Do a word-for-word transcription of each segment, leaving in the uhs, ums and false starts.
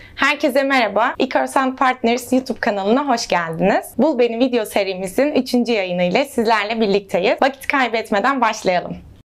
Herkese merhaba. Icarus and Partners YouTube kanalına hoş geldiniz. Bul Beni video serimizin üçüncü yayını ile sizlerle birlikteyiz. Vakit kaybetmeden başlayalım.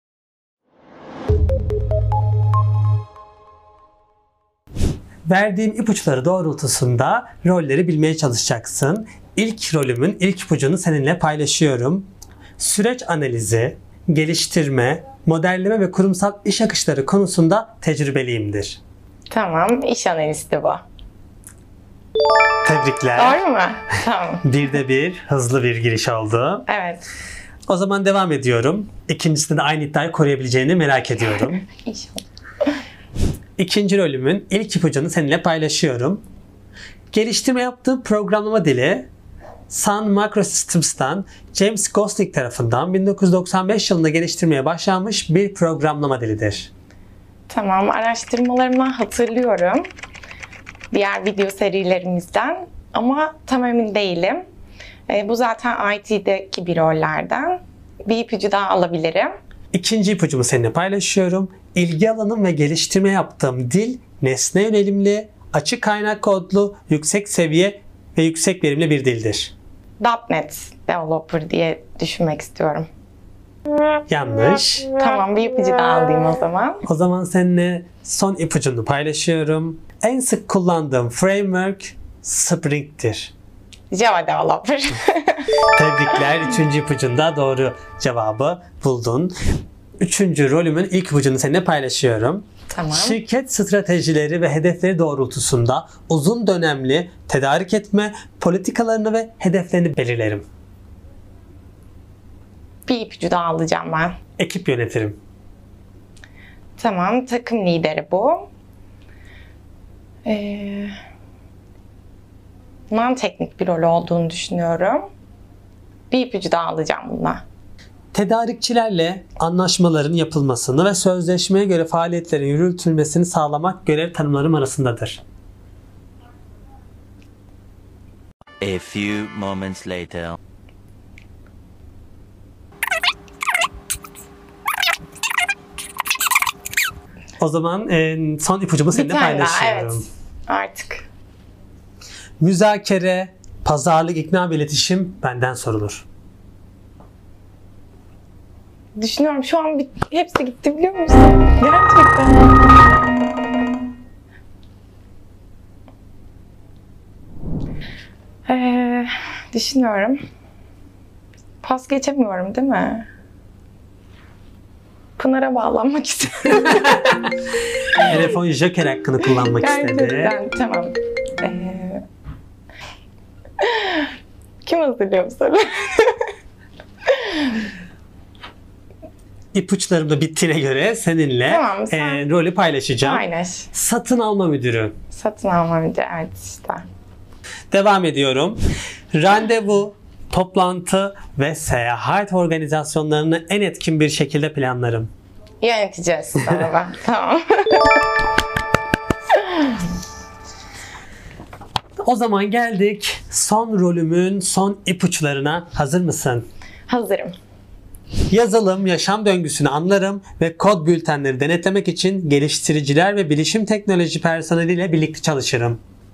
Verdiğim ipuçları doğrultusunda rolleri bilmeye çalışacaksın. İlk rolümün ilk ipucunu seninle paylaşıyorum. Süreç analizi, geliştirme, modelleme ve kurumsal iş akışları konusunda tecrübeliyimdir. Tamam, iş analisti bu. Tebrikler. Doğru mu? Tamam. Bir de bir, hızlı bir giriş oldu. Evet. O zaman devam ediyorum. İkincisinde de aynı iddiayı koruyabileceğini merak ediyorum. İnşallah. İkinci rolümün ilk ipucunu seninle paylaşıyorum. Geliştirme yaptığım programlama dili Sun Microsystems'tan James Gosling tarafından bin dokuz yüz doksan beş yılında geliştirmeye başlanmış bir programlama dilidir. Tamam, araştırmalarımı hatırlıyorum. Diğer video serilerimizden ama tam emin değilim. E, bu zaten I T'deki bir rollerden. Bir ipucu daha alabilirim. İkinci ipucumu seninle paylaşıyorum. İlgi alanım ve geliştirme yaptığım dil nesne yönelimli, açık kaynak kodlu, yüksek seviye ve yüksek verimli bir dildir. .NET Developer diye düşünmek istiyorum. Yanlış. Tamam, bir ipucu daha alayım o zaman. O zaman seninle son ipucunu paylaşıyorum. En sık kullandığım framework Spring'tir. Java Developer. Tebrikler. Üçüncü ipucunda doğru cevabı buldun. Üçüncü rolümün ilk ipucunu seninle paylaşıyorum. Tamam. Şirket stratejileri ve hedefleri doğrultusunda uzun dönemli tedarik etme politikalarını ve hedeflerini belirlerim. Bir ipucu daha alacağım ben. Ekip yönetirim. Tamam, takım lideri bu. Ee, non-teknik bir rol olduğunu düşünüyorum. Bir ipucu daha alacağım bununla. Tedarikçilerle anlaşmaların yapılmasını ve sözleşmeye göre faaliyetlerin yürütülmesini sağlamak görev tanımlarım arasındadır. A few moments later. O zaman e, son ipucumu seninle paylaşıyorum. Evet, artık. Müzakere, pazarlık, ikna ve iletişim benden sorulur. Düşünüyorum, şu an bir, hepsi gitti biliyor musun? Gerçekten. Ee, düşünüyorum. Pas geçemiyorum değil mi? Pınar'a bağlanmak istiyorum. Telefon joker hakkını kullanmak istedi. Gerçekten, tamam. Ee, kim hazırlıyor bu soruyu? İpuçlarım da bittiğine göre seninle Tamam, sen... e, rolü paylaşacağım. Aynen. Satın alma müdürü. Satın alma müdürü, evet işte. Devam ediyorum. Randevu, toplantı ve seyahat organizasyonlarını en etkin bir şekilde planlarım. Yöneteceğiz sana ben. Tamam. O zaman geldik son rolümün son ipuçlarına. Hazır mısın? Hazırım. Yazılım, yaşam döngüsünü anlarım ve kod bültenleri denetlemek için geliştiriciler ve bilişim teknoloji personeliyle birlikte çalışırım.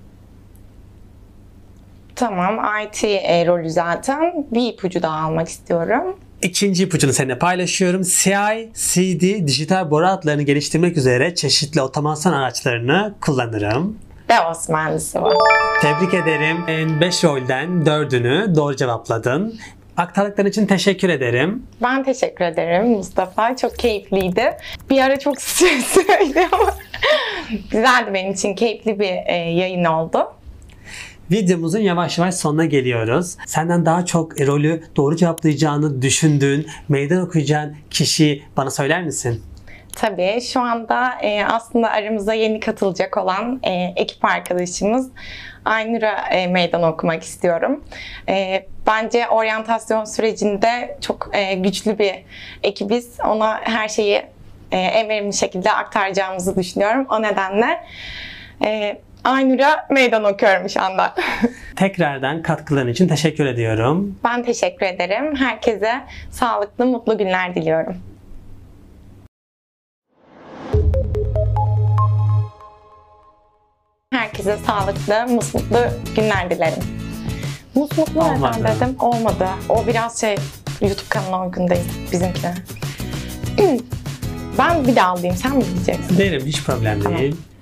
Tamam, I T e, rolü zaten. Bir ipucu daha almak istiyorum. İkinci ipucunu seninle paylaşıyorum. C I C D dijital boru hatlarını geliştirmek üzere çeşitli otomasyon araçlarını kullanırım. DevOps mühendisi var. Tebrik ederim. beş rolden dördünü doğru cevapladın. Aktardıkların için teşekkür ederim. Ben teşekkür ederim Mustafa. Çok keyifliydi. Bir ara çok stresliydi ama güzeldi benim için. Keyifli bir e, yayın oldu. Videomuzun yavaş yavaş sonuna geliyoruz. Senden daha çok rolü doğru cevaplayacağını düşündüğün, meydan okuyacağın kişiyi bana söyler misin? Tabii. Şu anda e, aslında aramıza yeni katılacak olan e, ekip arkadaşımız Aynur'a e, meydan okumak istiyorum. E, bence oryantasyon sürecinde çok e, güçlü bir ekibiz. Ona her şeyi e, en verimli şekilde aktaracağımızı düşünüyorum. O nedenle e, Aynur'a meydan okuyorum şu anda. Tekrardan katkıların için teşekkür ediyorum. Ben teşekkür ederim. Herkese sağlıklı, mutlu günler diliyorum. Herkese sağlıklı, musmutlu günler dilerim. Musmutlu Olmadı. neden dedim? Olmadı. O biraz şey, YouTube kanalına uygun değil bizimkine. Ben bir daha alayım. Sen mi diyeceksin? Derim, hiç problem Tamam. değil.